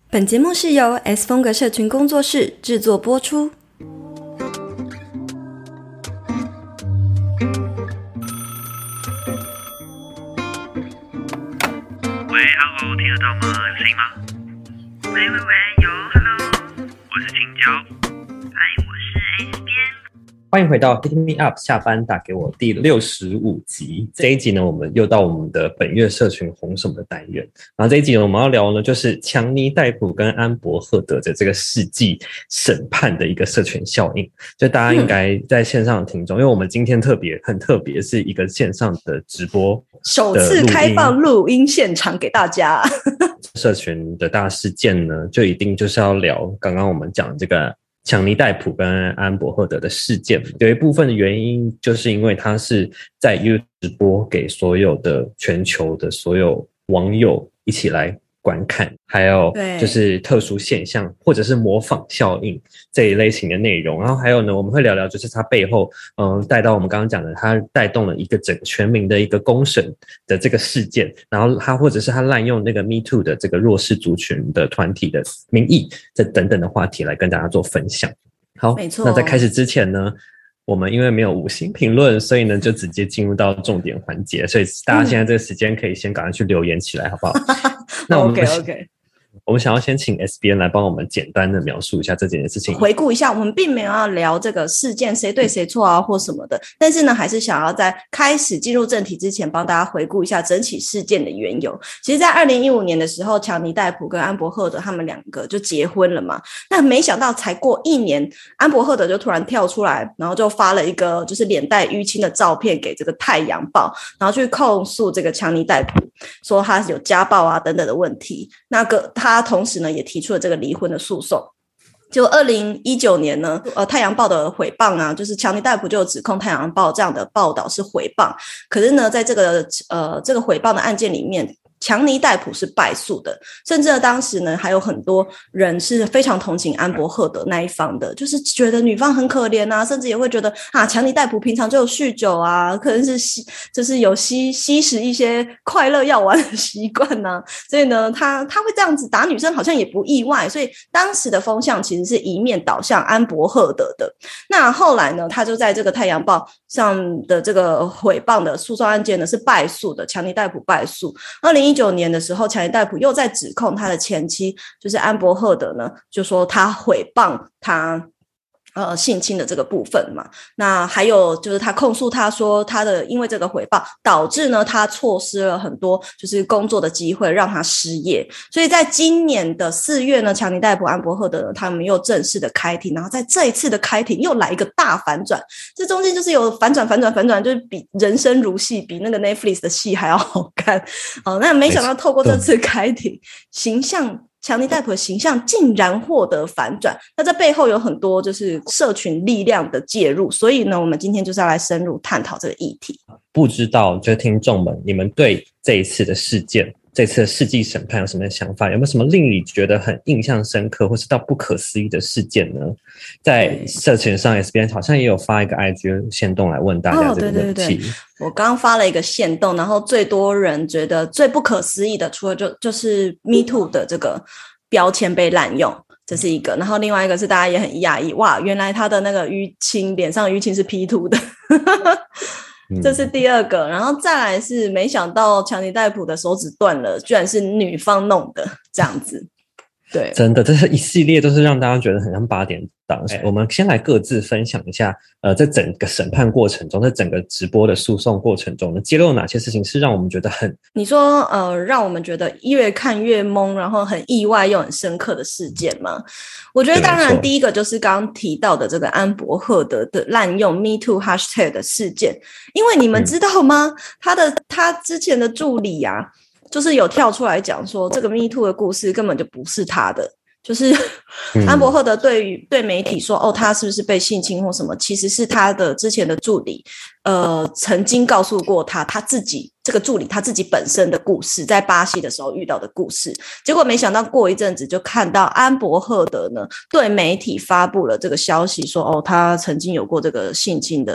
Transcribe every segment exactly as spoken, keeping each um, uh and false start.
本节目是由 S 风格社群工作室制作播出。 喂 ，Hello， 听得到吗？有声音吗？喂喂喂，有 ，Hello， 我是青椒。嗨，我是 S 边。 欢迎回到 Hit Me Up 下班打给我第六十五集。这一集呢，我们又到我们的本月社群红什么的单元。然后这一集呢，我们要聊呢，就是强尼戴普跟安伯赫德的这个世纪审判的一个社群效应。就大家应该在线上的听众，嗯、因为我们今天特别很特别，是一个线上的直播， 首次开放录音现场给大家。 社群的大事件呢，就一定就是要聊刚刚我们讲的这个强尼戴普跟安伯赫德的事件。有一部分的原因就是因为他是在 YouTube 直播给所有的全球的所有网友一起来观看，还有就是特殊现象或者是模仿效应这一类型的内容。然后还有呢，我们会聊聊就是他背后嗯带到我们刚刚讲的，他带动了一个整个全民的一个公审的这个事件，然后他或者是他滥用那个 Me Too 的这个弱势族群的团体的名义，这等等的话题来跟大家做分享。好，没错。那在开始之前呢，我们因为没有五星评论，所以呢就直接进入到重点环节，所以大家现在这个时间可以先赶快去留言起来，好不好？那我们 OK OK， 我们想要先请 S 边来帮我们简单的描述一下这件事情， 回顾一下。我们并没有要聊这个事件谁对谁错啊或什么的，但是呢还是想要在开始进入正题之前帮大家回顾一下整起事件的缘由。其实在二零一五年的时候，强尼戴普跟安伯赫德他们两个就结婚了嘛，那没想到才过一年，安伯赫德就突然跳出来，然后就发了一个就是脸带淤青的照片给这个太阳报，然后去控诉这个强尼戴普，说他有家暴啊等等的问题。那个他同时呢也提出了这个离婚的诉讼。就二零一九年呢，呃，太阳报的诽谤啊，就是强尼戴普就指控太阳报这样的报道是诽谤。可是呢，在这个呃这个诽谤的案件里面，强尼戴普是败诉的，甚至当时呢还有很多人是非常同情安伯赫德那一方的，就是觉得女方很可怜啊，甚至也会觉得啊强尼戴普平常就有酗酒啊，可能是吸就是有吸吸食一些快乐药丸的习惯啊，所以呢他他会这样子打女生好像也不意外，所以当时的风向其实是一面倒向安伯赫德的。那后来呢，他就在这个太阳报上的这个诽谤的诉讼案件呢是败诉的，强尼戴普败诉。二零一九年的时候，强尼戴普又在指控他的前妻就是安伯赫德呢，就说他诽谤他呃性侵的这个部分嘛。那还有就是他控诉他说他的因为这个诽谤导致呢他错失了很多就是工作的机会，让他失业。所以在今年的四月呢，强尼戴普安伯赫德呢他们又正式的开庭，然后在这一次的开庭又来一个大反转，这中间就是有反转反转反转，就是比人生如戏，比那个 Netflix 的戏还要好看。哦，那没想到透过这次开庭，形象强尼戴普的形象竟然获得反转，那这背后有很多就是社群力量的介入，所以呢我们今天就是要来深入探讨这个议题。 不知道就听众们，你们对这一次的事件，这次的世纪审判有什么想法？有没有什么令你觉得很印象深刻或是到不可思议的事件呢？在社群上 S 边好像也有发一个 I G 限动来问大家这个问题。哦，对对对， 我刚发了一个限动，然后最多人觉得最不可思议的除了就就是 Me Too 的这个标签被滥用，这是一个。然后另外一个是大家也很讶异，哇，原来他的那个淤青，脸上淤青是 P 图的这是第二个。然后再来是没想到强尼戴普的手指断了，居然是女方弄的这样子。对， 真的，这是一系列都是让大家觉得很像八点档。我们先来各自分享一下，呃，在整个审判过程中，在整个直播的诉讼过程中呢，揭露哪些事情是让我们觉得很…… 你说，呃，让我们觉得越看越懵，然后很意外又很深刻的事件吗？我觉得当然第一个就是刚刚提到的这个安伯赫德的滥用 Me Too hashtag 的事件，因为你们知道吗？嗯、他的他之前的助理啊。就是有跳出来讲说这个 Me Too 的故事根本就不是他的，就是安伯赫德对于对媒体说哦他是不是被性侵或什么，其实是他的之前的助理呃曾经告诉过他他自己这个助理他自己本身的故事，在巴西的时候遇到的故事。结果没想到过一阵子就看到安伯赫德呢对媒体发布了这个消息说哦他曾经有过这个性侵的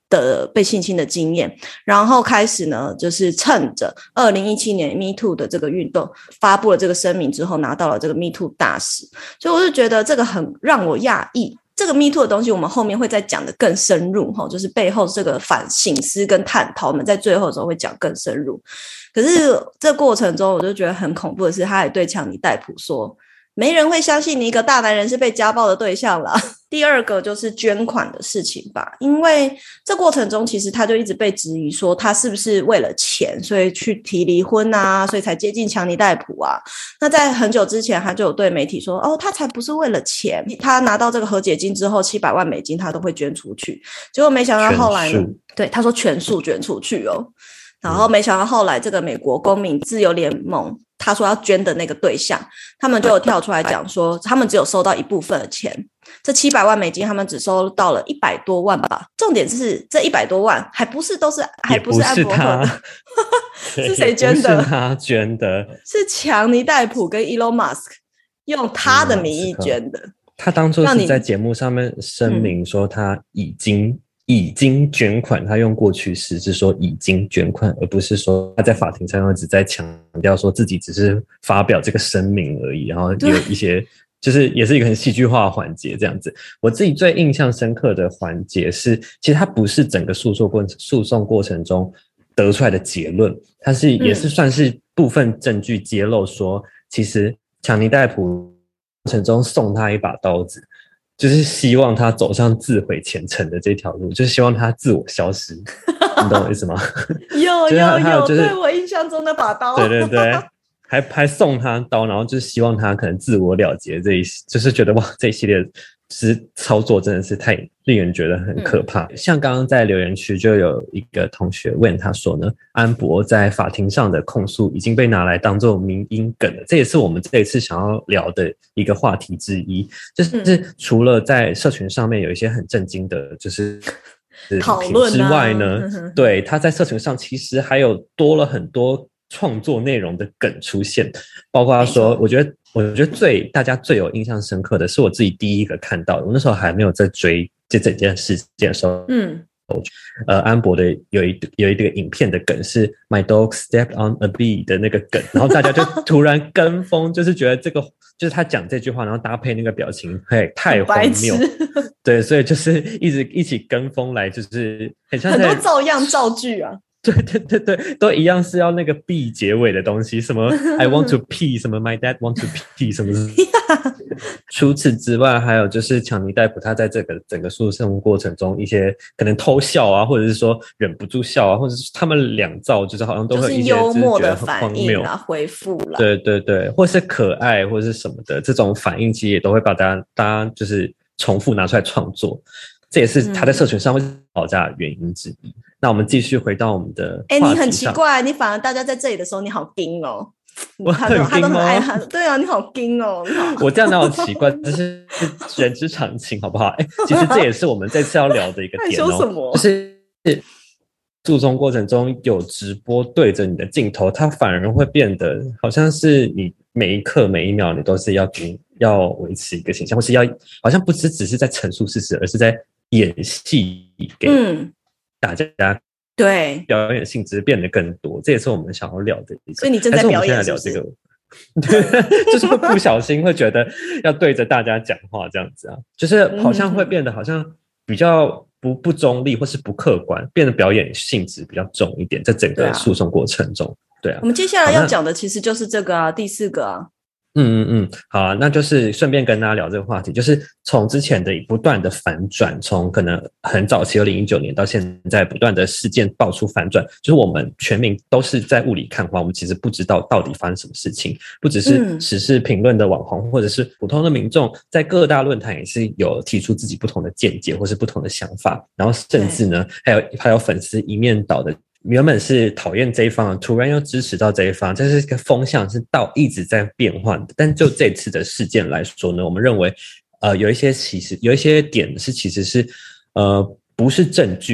的被性侵的经验，然后开始呢，就是趁着二零一七年 Me Too 的这个运动发布了这个声明之后，拿到了这个 Me Too 大使，所以我就觉得这个很让我讶异。这个 Me Too 的东西，我们后面会再讲的更深入，就是背后这个反省思跟探讨，我们在最后的时候会讲更深入。可是这过程中，我就觉得很恐怖的是，他还对强尼戴普说，没人会相信你一个大男人是被家暴的对象啦。第二个就是捐款的事情吧，因为这过程中其实他就一直被质疑说他是不是为了钱所以去提离婚啊，所以才接近强尼戴普啊。那在很久之前他就有对媒体说，哦，他才不是为了钱，他拿到这个和解金之后七百万美金他都会捐出去。结果没想到后来呢，对，他说全数捐出去哦。然后没想到后来这个美国公民自由联盟他说要捐的那个对象，他们就有跳出来讲说他们只有收到一部分的钱，这七百万美金他们只收到了一百多万吧。重点是这一百多万还不是都是还不是安博赫的是谁捐的？ 不是他捐的， 是强尼戴普跟 Elon Musk 用他的名义捐的。 他当初是在节目上面声明说他已经、嗯已经捐款，他用过去时是说已经捐款，而不是说他在法庭上一直在强调说自己只是发表这个声明而已，然后有一些就是也是一个很戏剧化的环节这样子。我自己最印象深刻的环节是，其实它不是整个诉讼过诉讼过程中得出来的结论，它是也是算是部分证据揭露说，其实强尼戴普过程中送他一把刀子，就是希望他走上自毁前程的这条路，就是希望他自我消失，你懂我意思吗？ 有有有， 就是对我印象中那把刀， 对对对，还还送他刀，然后就是希望他可能自我了结这一，就是觉得哇，这一系列是操作真的是太令人觉得很可怕。嗯、像刚刚在留言区就有一个同学问他说呢，安博在法庭上的控诉已经被拿来当做迷因梗了，这也是我们这一次想要聊的一个话题之一，就是除了在社群上面有一些很震惊的就是讨论之外呢，对，他在社群上其实还有多了很多创作内容的梗出现，包括他说，我觉得我觉得最大家最有印象深刻的是我自己第一个看到的，我那时候还没有在追这整件事件的时候，嗯，呃，安博的有一有一个影片的梗是 My dog stepped on a bee 的那个梗，然后大家就突然跟风，就是觉得这个就是他讲这句话，然后搭配那个表情，嘿，太荒谬，对，所以就是一直一起跟风来，就是很像很多照样造句啊。 对对对对，都一样是要那个 B 结尾的东西，什么 I want to pee， 什么 My dad want to pee， 什么除此之外，还有就是强尼戴普他在这个整个诉讼过程中一些可能偷笑啊，或者是说忍不住笑啊，或者是他们两造就是好像都会一些幽默的反应啊，回复啦， 对对对，或是可爱或是什么的这种反应，其实也都会把大家大家就是重复拿出来创作。这也是他在社群上会吵架的原因之一。嗯、那我们继续回到我们的话题上。 哎，你很奇怪，你反而大家在这里的时候，你好硬哦。 我很硬哦， 他都很爱他。对啊，你好硬哦。 我这样哪有奇怪？这是人之常情，好不好？哎，其实这也是我们这次要聊的一个点哦，就是诉讼过程中有直播对着你的镜头，它反而会变得好像是你每一刻每一秒你都是要给要维持一个形象，或是要好像不只只是在陈述事实，而是在演戏给大家、嗯、 对表演性质变得更多，这也是我们想要聊的一个。 所以你正在表演是不是？ 还是我们现在聊这个对，就是会不小心会觉得要对着大家讲话这样子啊，就是好像会变得好像比较不不中立或是不客观，变得表演性质比较重一点，在整个诉讼过程中。对啊， 我们接下来要讲的其实就是这个啊，第四个啊。 嗯嗯嗯，好啊，那就是顺便跟大家聊这个话题，就是从之前的不断的反转，从可能很早期二零一九年到现在不断的事件爆出反转，就是我们全民都是在雾里看花，我们其实不知道到底发生什么事情，不只是时事评论的网红、嗯、或者是普通的民众，在各大论坛也是有提出自己不同的见解或是不同的想法，然后甚至呢还有还有粉丝一面倒的。原本是讨厌这一方，突然又支持到这一方，这是一个风向是到一直在变换的。但就这次的事件来说呢，我们认为，呃，有一些其实有一些点是其实是呃不是证据，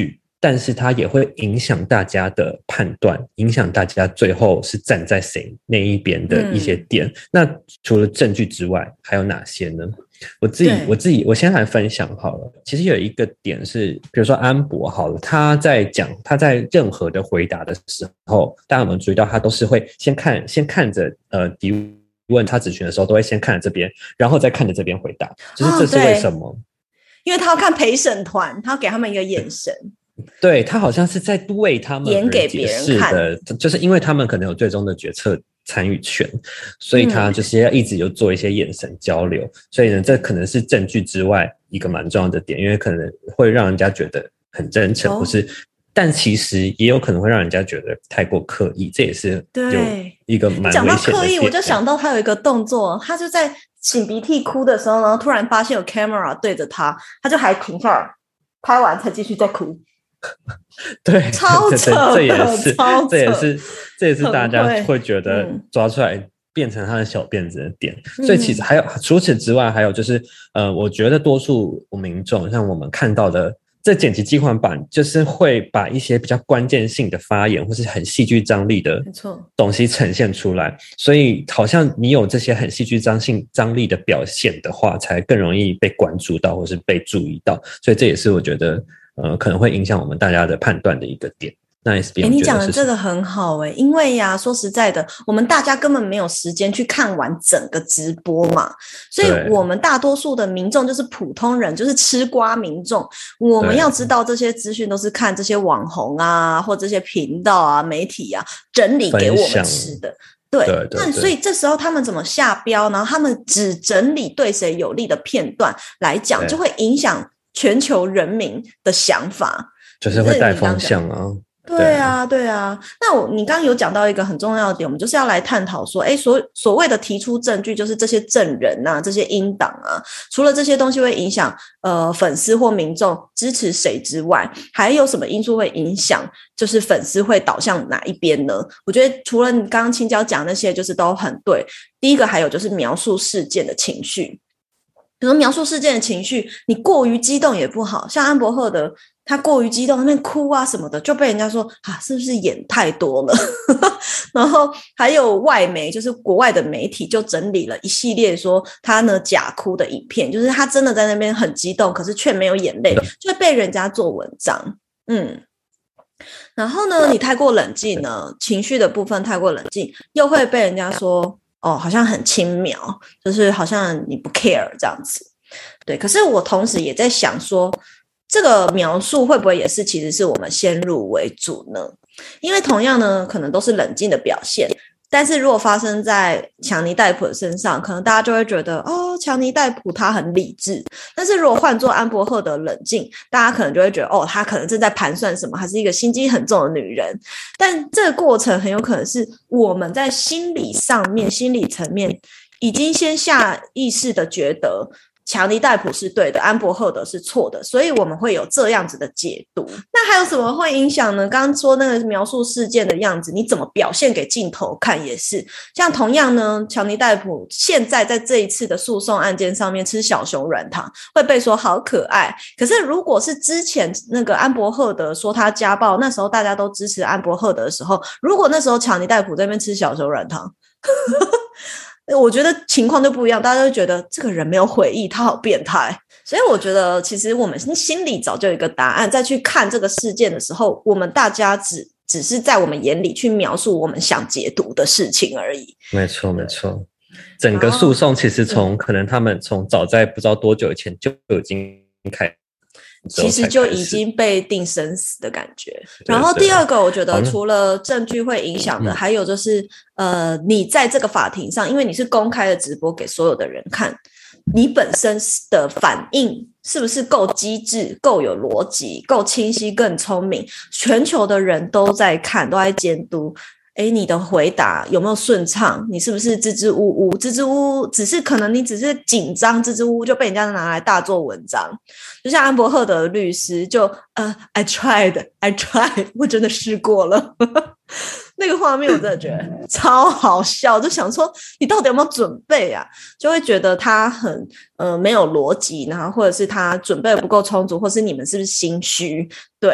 但是它也会影响大家的判断，影响大家最后是站在谁那一边的一些点。嗯、那除了证据之外，还有哪些呢？我自己我自己我先来分享好了。其实有一个点是，比如说安博好了，他在讲他在任何的回答的时候，大家有没有注意到他都是会先看先看着呃敌问他质询的时候，都会先看着这边，然后再看着这边回答，就是这是为什么？哦、 因为他要看陪审团，他要给他们一个眼神。 对，他好像是在为他们演给别人看的， 就是因为他们可能有最终的决策参与权，所以他就是要一直有做一些眼神交流、嗯、所以呢这可能是证据之外一个蛮重要的点，因为可能会让人家觉得很真诚、哦、或是但其实也有可能会让人家觉得太过刻意，这也是有一个蛮危险的点。 讲到刻意我就想到他有一个动作，他就在擤鼻涕哭的时候呢，突然发现有 camera 对着他，他就还停下来拍完才继续再哭。 对， 超扯的， 这也是超扯， 这也是这也是大家会觉得抓出来变成他的小辫子的点、嗯、所以其实还有除此之外还有就是呃，我觉得多数民众像我们看到的这剪辑机环版就是会把一些比较关键性的发言或是很戏剧张力的东西呈现出来，所以好像你有这些很戏剧张性张力的表现的话才更容易被关注到或是被注意到，所以这也是我觉得呃，可能会影响我们大家的判断的一个点。那 S B 欸、你讲的这个很好哎、欸，因为呀、啊，说实在的，我们大家根本没有时间去看完整个直播嘛，所以我们大多数的民众就是普通人，就是吃瓜民众。我们要知道这些资讯都是看这些网红啊，或这些频道啊、媒体啊整理给我们吃的。对， 对对对， 那所以这时候他们怎么下标，然后他们只整理对谁有利的片段来讲，就会影响全球人民的想法， 就是会带风向啊。 对啊，对啊。那我你刚刚有讲到一个很重要的点，我们就是要来探讨说，哎，所所谓的提出证据，就是这些证人啊，这些音档啊，除了这些东西会影响呃粉丝或民众支持谁之外，还有什么因素会影响，就是粉丝会导向哪一边呢？我觉得除了你刚刚青椒讲那些，就是都很对。第一个还有就是描述事件的情绪。比如描述事件的情绪，你过于激动也不好，像安伯赫的他过于激动那边哭啊什么的，就被人家说啊是不是演太多了然后还有外媒，就是国外的媒体就整理了一系列说他呢假哭的影片，就是他真的在那边很激动，可是却没有眼泪，就会被人家做文章。嗯，然后呢你太过冷静呢，情绪的部分太过冷静，又会被人家说哦，好像很轻描，就是好像你不 care 这样子。对，可是我同时也在想说，这个描述会不会也是其实是我们先入为主呢？因为同样呢，可能都是冷静的表现，但是如果发生在强尼戴普的身上，可能大家就会觉得哦，强尼戴普他很理智。但是如果换作安伯赫的冷静，大家可能就会觉得哦，他可能正在盘算什么，还是一个心机很重的女人。但这个过程很有可能是我们在心理上面、心理层面已经先下意识的觉得强尼戴普是对的，安伯赫德是错的，所以我们会有这样子的解读。那还有什么会影响呢？刚刚说那个描述事件的样子，你怎么表现给镜头看也是。像同样呢，强尼戴普现在在这一次的诉讼案件上面吃小熊软糖，会被说好可爱。可是如果是之前那个安伯赫德说他家暴，那时候大家都支持安伯赫德的时候，如果那时候强尼戴普在那边吃小熊软糖我觉得情况就不一样，大家就会觉得这个人没有悔意，他好变态。所以我觉得其实我们心里早就有一个答案，再去看这个事件的时候，我们大家只只是在我们眼里去描述我们想解读的事情而已。 没错没错，整个诉讼其实从可能他们从早在不知道多久以前就已经开始， 其实就已经被定生死的感觉。然后第二个我觉得除了证据会影响的，还有就是呃，你在这个法庭上，因为你是公开的直播给所有的人看，你本身的反应是不是够机智、够有逻辑、够清晰、更聪明，全球的人都在看，都在监督。诶，你的回答有没有顺畅？你是不是支支吾吾？支支吾吾只是可能你只是紧张，支支吾吾就被人家拿来大做文章。就像安伯赫德的律师就呃 I tried I tried 我真的试过了那个画面我真的觉得超好笑，就想说你到底有没有准备啊？就会觉得他很呃没有逻辑，然后或者是他准备的不够充足，或是你们是不是心虚？对。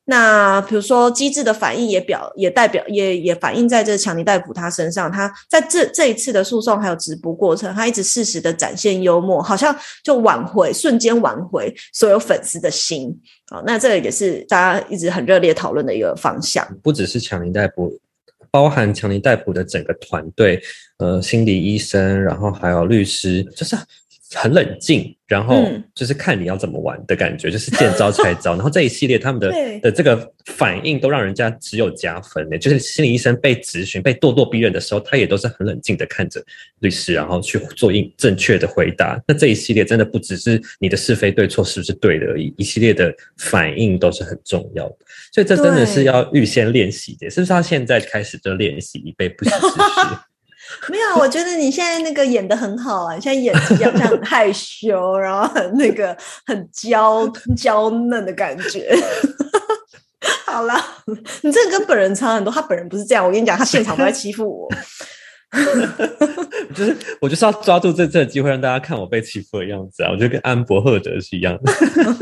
那比如说机智的反应也表也代表也也反映在这强尼戴普他身上，他在这这一次的诉讼还有直播过程，他一直适时的展现幽默，好像就挽回瞬间挽回所有粉丝的心。好，那这个也是大家一直很热烈讨论的一个方向。 不只是强尼戴普，包含强尼戴普的整个团队，呃，心理医生，然后还有律师，就是很冷静，然后就是看你要怎么玩的感觉，嗯、就是见招拆招。然后这一系列他们的的这个反应都让人家只有加分的，就是心理医生被质询、被咄咄逼人的时候，他也都是很冷静的看着律师，然后去做正确的回答。那这一系列真的不只是你的是非对错是不是对的而已，一系列的反应都是很重要的。所以这真的是要预先练习的，是不是要现在开始就练习以备不时之需？ 没有，我觉得你现在那个演得很好啊，你现在演技好像很害羞，然后很那个很娇娇嫩的感觉。好啦，你这个跟本人差很多，他本人不是这样，我跟你讲，他现场都在欺负我。 就是我就是要抓住这次的机会让大家看我被欺负的样子啊，我觉得跟安伯赫德是一样的。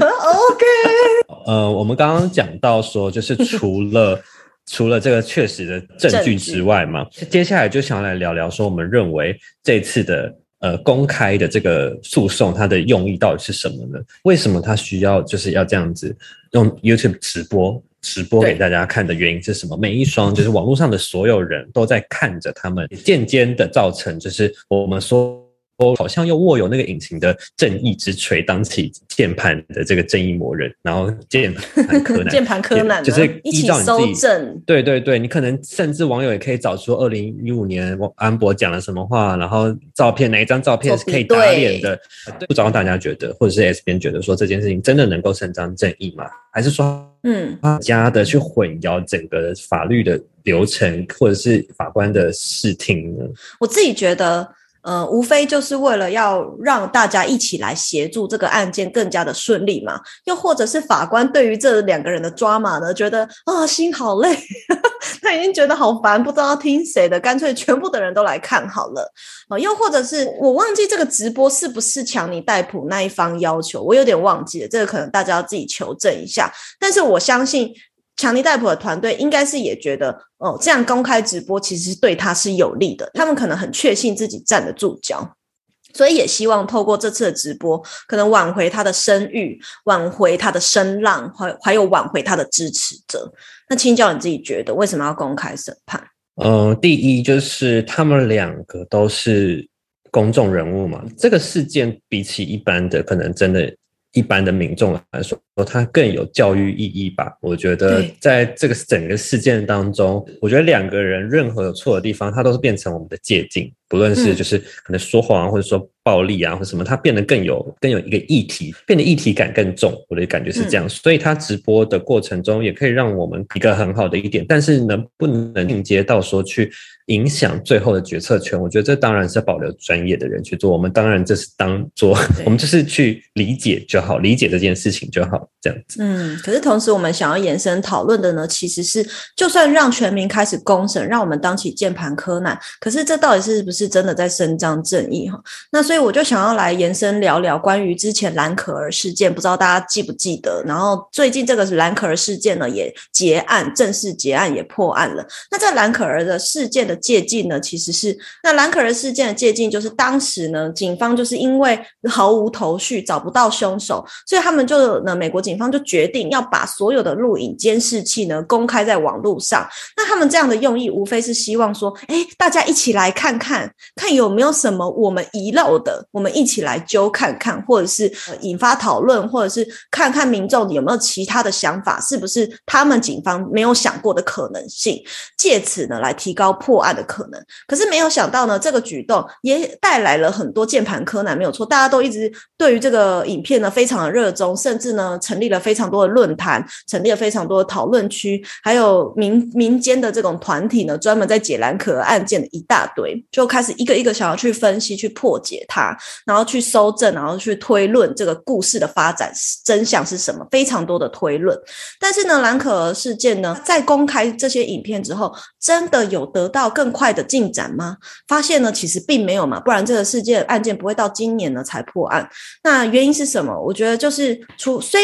OK。 呃，我们刚刚讲到说，就是除了除了这个确实的证据之外嘛，接下来就想要来聊聊说，我们认为这次的呃公开的这个诉讼，它的用意到底是什么呢？为什么它需要就是要这样子用 YouTube 直播直播给大家看的原因是什么？每一双就是网络上的所有人都在看着他们，渐渐的造成就是我们说好像又握有那个隐形的正义之锤，当起键盘的这个正义魔人，然后键盘柯南， 键盘柯南就是依照你自己一起搜证。对对对，你可能甚至网友也可以找出二零一五年安博讲了什么话，然后照片哪一张照片是可以打脸的，不知道大家觉得，或者是 S 编觉得说这件事情真的能够伸张正义吗？还是说，嗯，加的去混淆整个法律的流程，或者是法官的视听呢？ 我自己觉得。呃，无非就是为了要让大家一起来协助这个案件更加的顺利嘛，又或者是法官对于这两个人的抓马呢，觉得啊、哦、心好累，他已经觉得好烦，不知道要听谁的，干脆全部的人都来看好了。呃、又或者是我忘记这个直播是不是强尼戴普那一方要求，我有点忘记了，这个可能大家要自己求证一下。但是我相信。强尼戴普的团队应该是也觉得哦，这样公开直播其实对他是有利的，他们可能很确信自己站得住脚，所以也希望透过这次的直播可能挽回他的声誉，挽回他的声浪，还有挽回他的支持者。那青椒你自己觉得为什么要公开审判？ 呃，第一就是他们两个都是公众人物嘛，这个事件比起一般的可能真的一般的民众来说，它更有教育意义吧。我觉得在这个整个事件当中，我觉得两个人任何有错的地方，它都是变成我们的借鉴，不论是就是可能说谎或者说暴力啊或者什么，它变得更有更有一个议题，变得议题感更重，我的感觉是这样。嗯、所以它直播的过程中也可以让我们一个很好的一点，但是能不能进阶到说去影响最后的决策权，我觉得这当然是保留专业的人去做，我们当然这是当做我们就是去理解就好，理解这件事情就好，这样子。 嗯，可是同时我们想要延伸讨论的呢，其实是就算让全民开始公审，让我们当起键盘柯南，可是这到底是不是真的在伸张正义？那所以我就想要来延伸聊聊关于之前蓝可儿事件，不知道大家记不记得，然后最近这个蓝可儿事件呢也结案，正式结案也破案了。那在蓝可儿的事件的借鉴呢，其实是那蓝可儿事件的借鉴就是当时呢警方就是因为毫无头绪找不到凶手，所以他们就呢美国警方就决定要把所有的录影监视器呢公开在网络上。那他们这样的用意无非是希望说，诶，大家一起来看看看有没有什么我们遗漏的，我们一起来揪看看，或者是、呃、引发讨论，或者是看看民众有没有其他的想法，是不是他们警方没有想过的可能性，借此呢来提高破案的可能。可是没有想到呢，这个举动也带来了很多键盘柯南，没有错，大家都一直对于这个影片呢非常的热衷，甚至呢成立了非常多的论坛，成立了非常多的讨论区，还有民民间的这种团体呢专门在解蓝可儿案件的一大堆，就开始一个一个想要去分析去破解它，然后去搜证，然后去推论这个故事的发展真相是什么，非常多的推论。但是呢蓝可儿事件呢在公开这些影片之后，真的有得到更快的进展吗？发现呢其实并没有嘛，不然这个事件案件不会到今年呢才破案。那原因是什么？我觉得就是除虽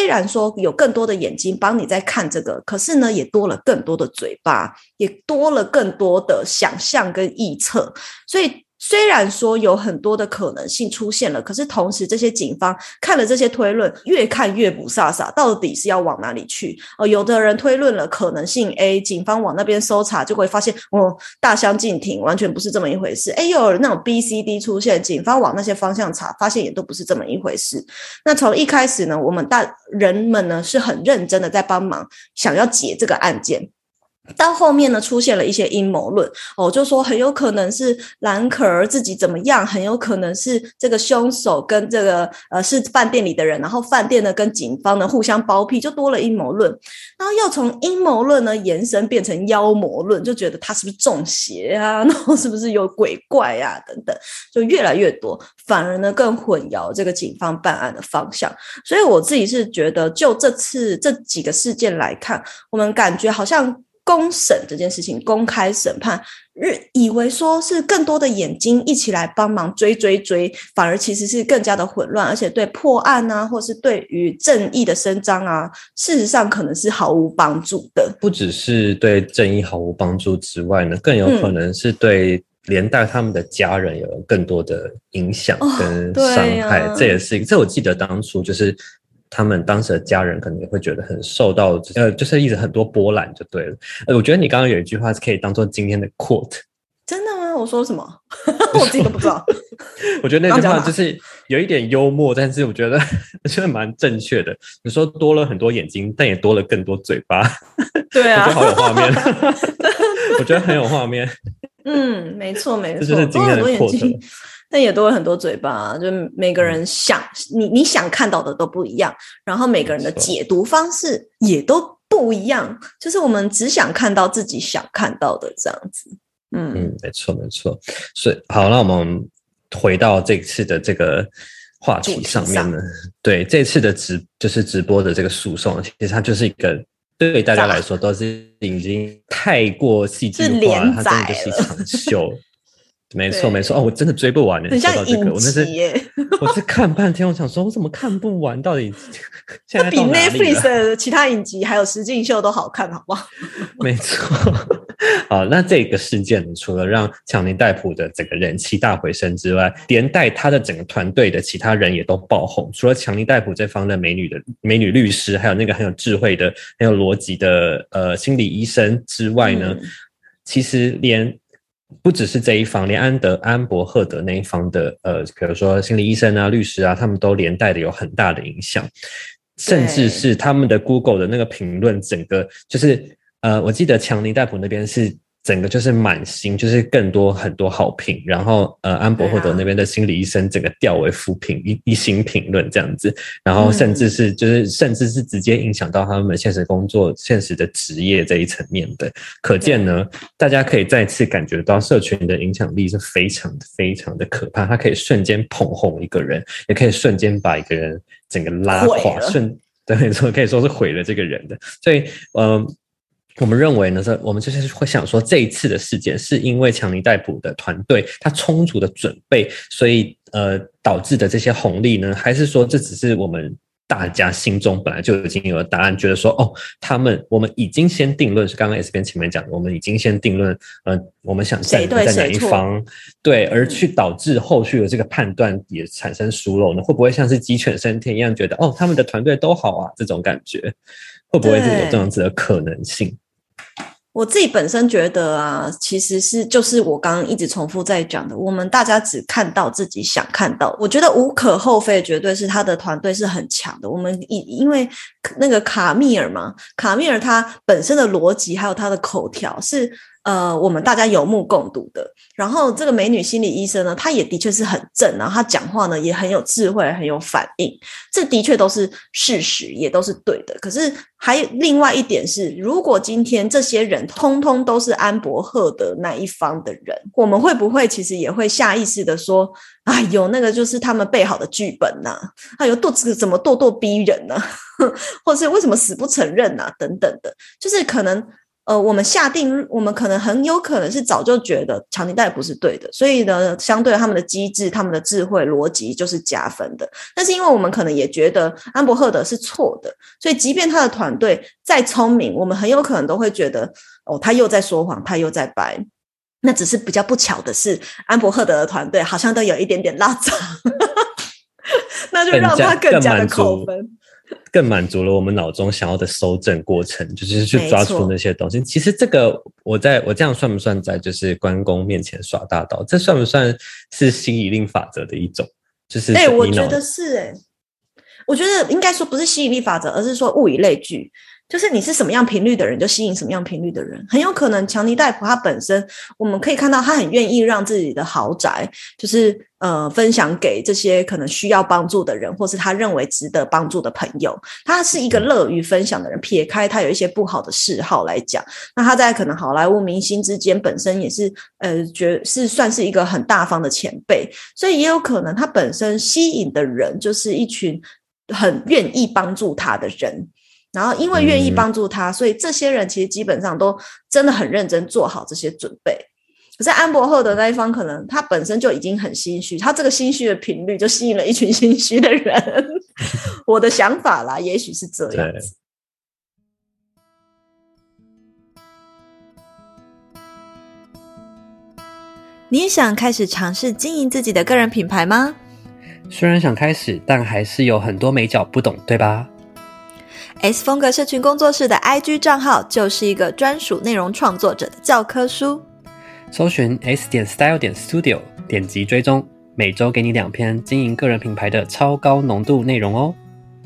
然说有更多的眼睛帮你在看这个，可是呢也多了更多的嘴巴，也多了更多的想象跟臆测。所以虽然说有很多的可能性出现了，可是同时这些警方看了这些推论，越看越不飒飒，到底是要往哪里去？哦，有的人推论了可能性 A， 警方往那边搜查就会发现哦，大相径庭，完全不是这么一回事。哎，又有那种 B、C、D 出现，警方往那些方向查，发现也都不是这么一回事。那从一开始呢，我们大人们呢是很认真的在帮忙，想要解这个案件。到后面呢，出现了一些阴谋论，哦，就说很有可能是兰可儿自己怎么样，很有可能是这个凶手跟这个呃是饭店里的人，然后饭店呢跟警方呢互相包庇，就多了阴谋论。然后又从阴谋论呢延伸变成妖魔论，就觉得他是不是中邪啊，然后是不是有鬼怪啊等等，就越来越多，反而呢更混淆这个警方办案的方向。所以我自己是觉得，就这次这几个事件来看，我们感觉好像公审这件事情，公开审判，以为说是更多的眼睛一起来帮忙追追追，反而其实是更加的混乱，而且对破案啊，或是对于正义的伸张啊，事实上可能是毫无帮助的。 不只是对正义毫无帮助之外呢，更有可能是对连带他们的家人有更多的影响跟伤害。哦啊、这也是这我记得当初就是他们当时的家人可能也会觉得很受到，呃，就是一直很多波澜就对了。呃，我觉得你刚刚有一句话是可以当做今天的 quote。 真的吗？我说什么？我自己都不知道。 我觉得那句话就是有一点幽默，但是我觉得我觉得蛮正确的。你说多了很多眼睛，但也多了更多嘴巴。 对啊， 我觉得好有画面。我觉得很有画面。 嗯，没错没错， 这就是今天的 quote。 但也多了很多嘴巴，就每个人想、嗯、你你想看到的都不一样，然后每个人的解读方式也都不一样，就是我们只想看到自己想看到的这样子。嗯嗯，没错没错。所以好，那我们回到这次的这个话题上面呢，对这次的直就是直播的这个诉讼，其实它就是一个对大家来说都是已经太过戏剧化了，它真的就是一场秀。没错没错哦，我真的追不完呢。 很像影集耶， 我那是我是看半天，我想说我怎么看不完？到底现在到哪里了？ 比 Netflix 的其他影集还有实境秀都好看，好不好？ 没错。好，那这个事件除了让强尼戴普的整个人气大回升之外，连带他的整个团队的其他人也都爆红。除了强尼戴普这方的美女的美女律师，还有那个很有智慧的、很有逻辑的呃心理医生之外呢，嗯、其实连不只是这一方，连安德安伯赫德那一方的呃，比如说心理医生啊、律师啊，他们都连带的有很大的影响，甚至是他们的 Google 的那个评论，整个就是呃，我记得强尼戴普那边是整个就是满星，就是更多很多好评，然后呃，安伯赫德那边的心理医生整个调为负评，一一星评论这样子，然后甚至是、嗯、就是甚至是直接影响到他们现实工作、现实的职业这一层面的，可见呢，大家可以再次感觉到社群的影响力是非常非常的可怕，它可以瞬间捧红一个人，也可以瞬间把一个人整个拉垮，瞬对，没错，可以说是毁了这个人的，所以呃。我们认为呢，我们就是会想说，这一次的事件是因为强尼戴普的团队他充足的准备，所以呃导致的这些红利呢，还是说这只是我们大家心中本来就已经有了答案，觉得说哦，他们我们已经先定论，是刚刚 S 边前面讲的，我们已经先定论，呃，我们想站在哪一方，对，而去导致后续的这个判断也产生疏漏呢？会不会像是鸡犬升天一样，觉得哦，他们的团队都好啊，这种感觉，会不会是有这样子的可能性？ 我自己本身觉得啊，其实是就是我刚刚一直重复在讲的，我们大家只看到自己想看到，我觉得无可厚非，绝对是他的团队是很强的。我们因为那个卡密尔嘛，卡密尔他本身的逻辑还有他的口条是呃我们大家有目共睹的。然后这个美女心理医生呢，她也的确是很正，然后她讲话呢也很有智慧，很有反应，这的确都是事实，也都是对的。可是还有另外一点是，如果今天这些人通通都是安伯赫德那一方的人，我们会不会其实也会下意识的说，哎呦，那个就是他们备好的剧本呐、啊，哎呦，肚子怎么咄咄逼人呢、啊？或是为什么死不承认啊？等等的，就是可能呃，我们下定，我们可能很有可能是早就觉得强尼戴普是对的，所以呢，相对他们的机制、他们的智慧、逻辑就是加分的。但是因为我们可能也觉得安伯赫德是错的，所以即便他的团队再聪明，我们很有可能都会觉得，哦，他又在说谎，他又在掰。那只是比较不巧的是，安伯赫德的团队好像都有一点点拉杂，那就让他更加的扣分。 更满足了我们脑中想要的搜证过程，就是去抓出那些东西。其实这个我在我这样算不算在就是关公面前耍大刀？这算不算是吸引力法则的一种？就是哎、欸，我觉得是哎、欸，我觉得应该说不是吸引力法则，而是说物以类聚。就是你是什么样频率的人，就吸引什么样频率的人。很有可能强尼戴普他本身，我们可以看到他很愿意让自己的豪宅，就是呃分享给这些可能需要帮助的人，或是他认为值得帮助的朋友。他是一个乐于分享的人，撇开他有一些不好的嗜好来讲，那他在可能好莱坞明星之间本身也是呃觉是算是一个很大方的前辈，所以也有可能他本身吸引的人就是一群很愿意帮助他的人。然后因为愿意帮助他、嗯、所以这些人其实基本上都真的很认真做好这些准备。可是安伯赫的那一方可能他本身就已经很心虚，他这个心虚的频率就吸引了一群心虚的人我的想法啦，也许是这样子。 你也想开始尝试经营自己的个人品牌吗？ 虽然想开始，但还是有很多眉角不懂，对吧？ S 风格社群工作室的 I G 账号就是一个专属内容创作者的教科书。 搜寻 S 点 Style 点 Studio， 点击追踪，每周给你两篇经营个人品牌的超高浓度内容哦。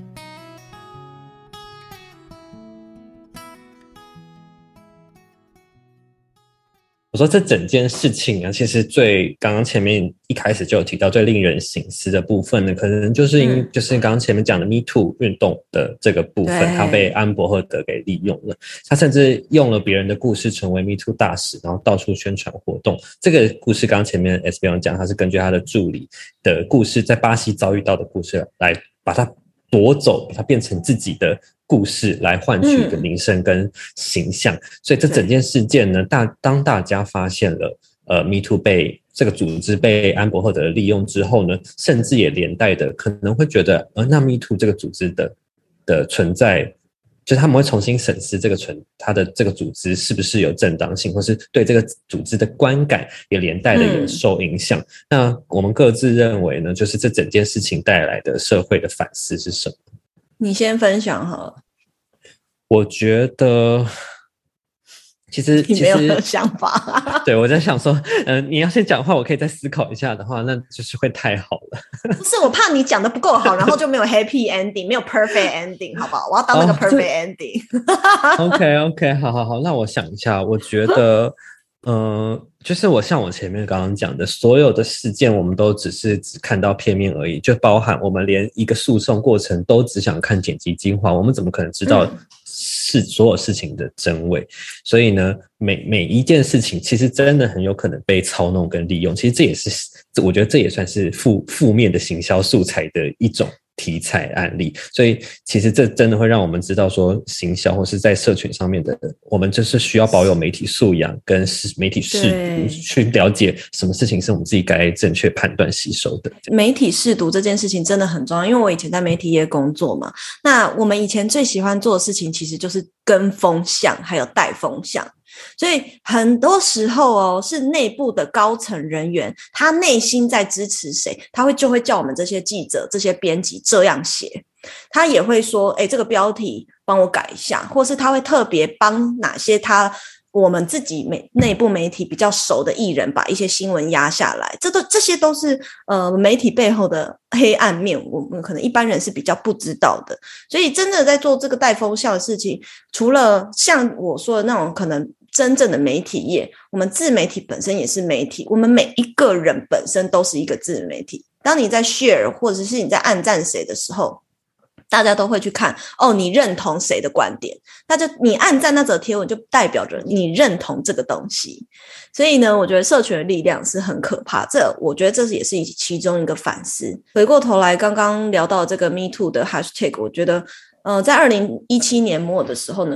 我说这整件事情啊，其实最刚刚前面一开始就有提到最令人省思的部分呢，可能就是因、嗯、就是刚刚前面讲的 Me Too 运动的这个部分，他被安伯赫德给利用了，他甚至用了别人的故事成为 Me Too 大使，然后到处宣传活动。这个故事刚刚前面 S B 讲，他是根据他的助理的故事，在巴西遭遇到的故事来把它夺走，把它变成自己的故事来换取一个名声跟形象、嗯、所以这整件事件呢，大当大家发现了呃 Me Too 被这个组织被安伯赫德利用之后呢，甚至也连带的可能会觉得呃那 Me Too 这个组织的的存在，就是他们会重新审视这个存他的这个组织是不是有正当性，或是对这个组织的观感也连带的有受影响、嗯、那我们各自认为呢，就是这整件事情带来的社会的反思是什么？ 你先分享好了。 我觉得其实你没有想法对，我在想说呃，你要先讲话，我可以再思考一下的话，那就是会太好了不是，我怕你讲的不够好然后就没有 happy ending 没有 perfect ending 好不好？我要当那个 perfect ending、 哦、OK OK 好好好，那我想一下。我觉得呃，就是我像我前面刚刚讲的，所有的事件我们都只是只看到片面而已，就包含我们连一个诉讼过程都只想看剪辑精华，我们怎么可能知道是所有事情的真伪？所以呢，每每一件事情其实真的很有可能被操弄跟利用。其实这也是，我觉得这也算是负负面的行销素材的一种题材案例。所以其实这真的会让我们知道说，行销或是在社群上面的，我们就是需要保有媒体素养跟媒体识读，去了解什么事情是我们自己该正确判断吸收的。 媒体识读这件事情真的很重要，因为我以前在媒体业工作嘛，那我们以前最喜欢做的事情其实就是跟风向还有带风向。所以很多时候哦，是内部的高层人员他内心在支持谁，他会就会叫我们这些记者这些编辑这样写，他也会说诶这个标题帮我改一下，或是他会特别帮哪些他我们自己媒内部媒体比较熟的艺人把一些新闻压下来，这都这些都是呃媒体背后的黑暗面，我们可能一般人是比较不知道的。所以真的在做这个带风向的事情，除了像我说的那种可能真正的媒体业，我们自媒体本身也是媒体，我们每一个人本身都是一个自媒体。当你在 share 或者是你在按赞谁的时候，大家都会去看哦，你认同谁的观点，那就你按赞那则贴文就代表着你认同这个东西。所以呢，我觉得社群的力量是很可怕，这我觉得这也是其中一个反思。回过头来刚刚聊到这个 Me Too 的 hashtag， 我觉得呃，在二零一七年末的时候呢，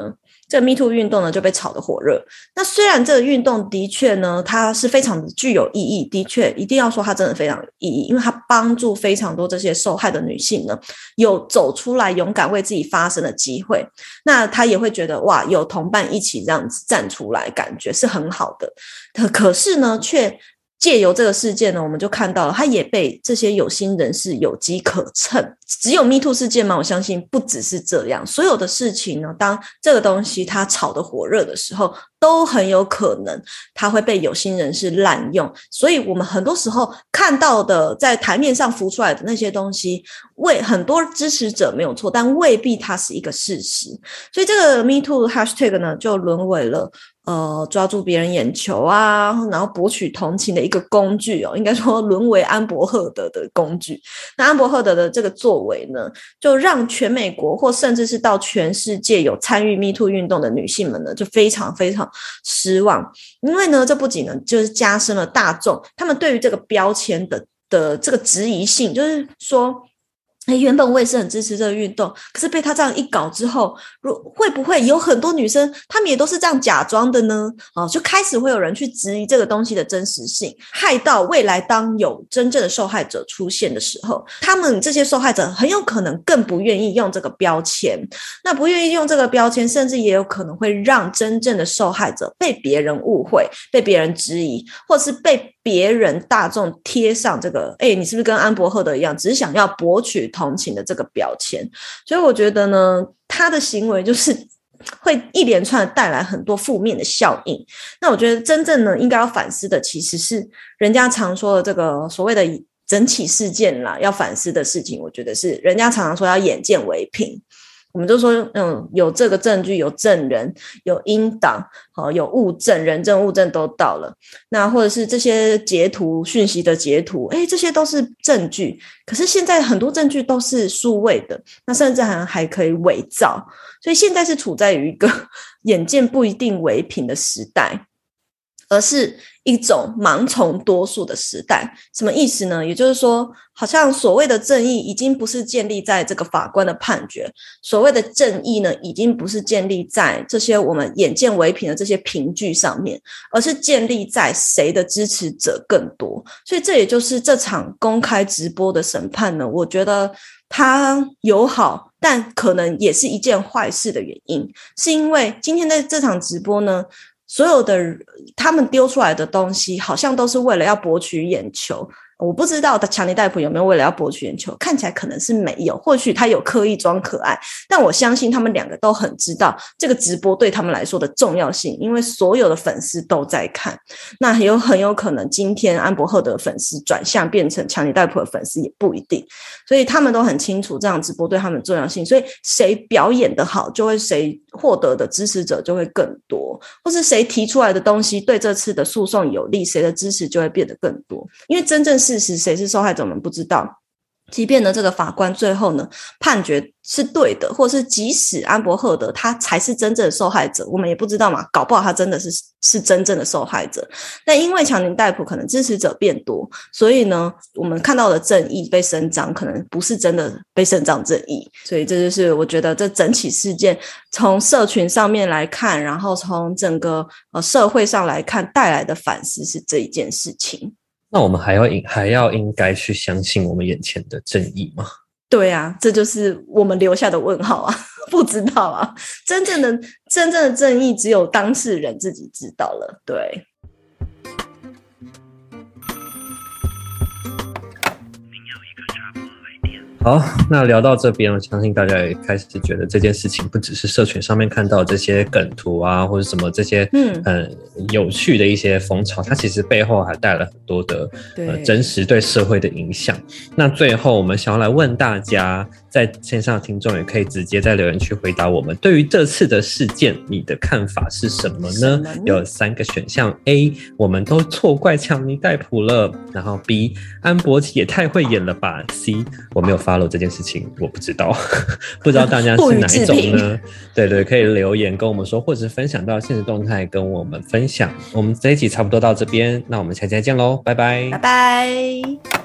这个 Me Too 运动呢就被炒得火热。那虽然这个运动的确呢，它是非常的具有意义，的确一定要说它真的非常有意义，因为它帮助非常多这些受害的女性呢，有走出来勇敢为自己发声的机会。那她也会觉得哇，有同伴一起这样子站出来，感觉是很好的。可是呢，却借由这个事件呢，我们就看到了，它也被这些有心人士有机可乘。只有 Me Too 事件吗？我相信不只是这样，所有的事情呢，当这个东西它炒得火热的时候，都很有可能它会被有心人士滥用。所以我们很多时候看到的在台面上浮出来的那些东西，为很多支持者没有错，但未必它是一个事实。所以这个 Me Too hashtag 呢，就沦为了呃，抓住别人眼球啊，然后博取同情的一个工具哦，应该说沦为安伯赫德的工具。那安伯赫德的这个作为呢，就让全美国或甚至是到全世界有参与 Me Too 运动的女性们呢，就非常非常失望。因为呢，这不仅呢，就是加深了大众他们对于这个标签的的这个质疑性，就是说，欸，原本我也是很支持这个运动，可是被他这样一搞之后，会不会有很多女生她们也都是这样假装的呢？哦，就开始会有人去质疑这个东西的真实性，害到未来当有真正的受害者出现的时候，他们这些受害者很有可能更不愿意用这个标签。那不愿意用这个标签，甚至也有可能会让真正的受害者被别人误会，被别人质疑，或是被别人大众贴上这个哎，你是不是跟安伯赫德一样，只是想要博取同情的这个标签。所以我觉得呢，他的行为就是会一连串的带来很多负面的效应。那我觉得真正呢，应该要反思的其实是人家常说的这个所谓的整起事件啦，要反思的事情，我觉得是人家常常说要眼见为凭。我们就说嗯，有这个证据，有证人，有音档，哦，有物证，人证物证都到了。那或者是这些截图讯息的截图，诶，这些都是证据。可是现在很多证据都是数位的，那甚至还还可以伪造。所以现在是处在于一个眼见不一定为凭的时代，而是一种盲从多数的时代。什么意思呢？也就是说，好像所谓的正义已经不是建立在这个法官的判决，所谓的正义呢，已经不是建立在这些我们眼见为凭的这些凭据上面，而是建立在谁的支持者更多。所以这也就是这场公开直播的审判呢，我觉得它有好，但可能也是一件坏事的原因，是因为今天在这场直播呢，所有的他们丢出来的东西好像都是为了要博取眼球。我不知道强尼戴普有没有为了要博取眼球，看起来可能是没有，或许他有刻意装可爱，但我相信他们两个都很知道这个直播对他们来说的重要性，因为所有的粉丝都在看。那也有很有可能今天安伯赫德的粉丝转向变成强尼戴普的粉丝也不一定，所以他们都很清楚这场直播对他们的重要性，所以谁表演得好，就会谁获得的支持者就会更多，或是谁提出来的东西对这次的诉讼有利，谁的支持就会变得更多。因为真正事实谁是受害者我们不知道，即便呢这个法官最后呢判决是对的，或是即使安伯赫德他才是真正的受害者，我们也不知道嘛，搞不好他真的是是真正的受害者。但因为强尼戴普可能支持者变多，所以呢我们看到的正义被伸张可能不是真的被伸张正义。所以这就是我觉得这整起事件从社群上面来看，然后从整个呃社会上来看带来的反思是这一件事情。 那我们还要还要应该去相信我们眼前的正义吗？ 对啊，这就是我们留下的问号啊，不知道啊，真正的真正的正义只有当事人自己知道了。对。 好，那聊到这边，我相信大家也开始觉得这件事情不只是社群上面看到这些梗图啊，或者什么这些嗯很有趣的一些风潮，它其实背后还带了很多的呃真实对社会的影响。那最后我们想要来问大家，在线上的听众也可以直接在留言区回答我们，对于这次的事件你的看法是什么呢？有三个选项 ：A. 我们都错怪强尼戴普了，然后 B. 安博也太会演了吧 C. 我没有follow这件事情，我不知道不知道大家是哪一种呢？对对，可以留言跟我们说，或者是分享到现实动态跟我们分享。我们这一集差不多到这边，那我们下期再见咯，拜拜拜拜。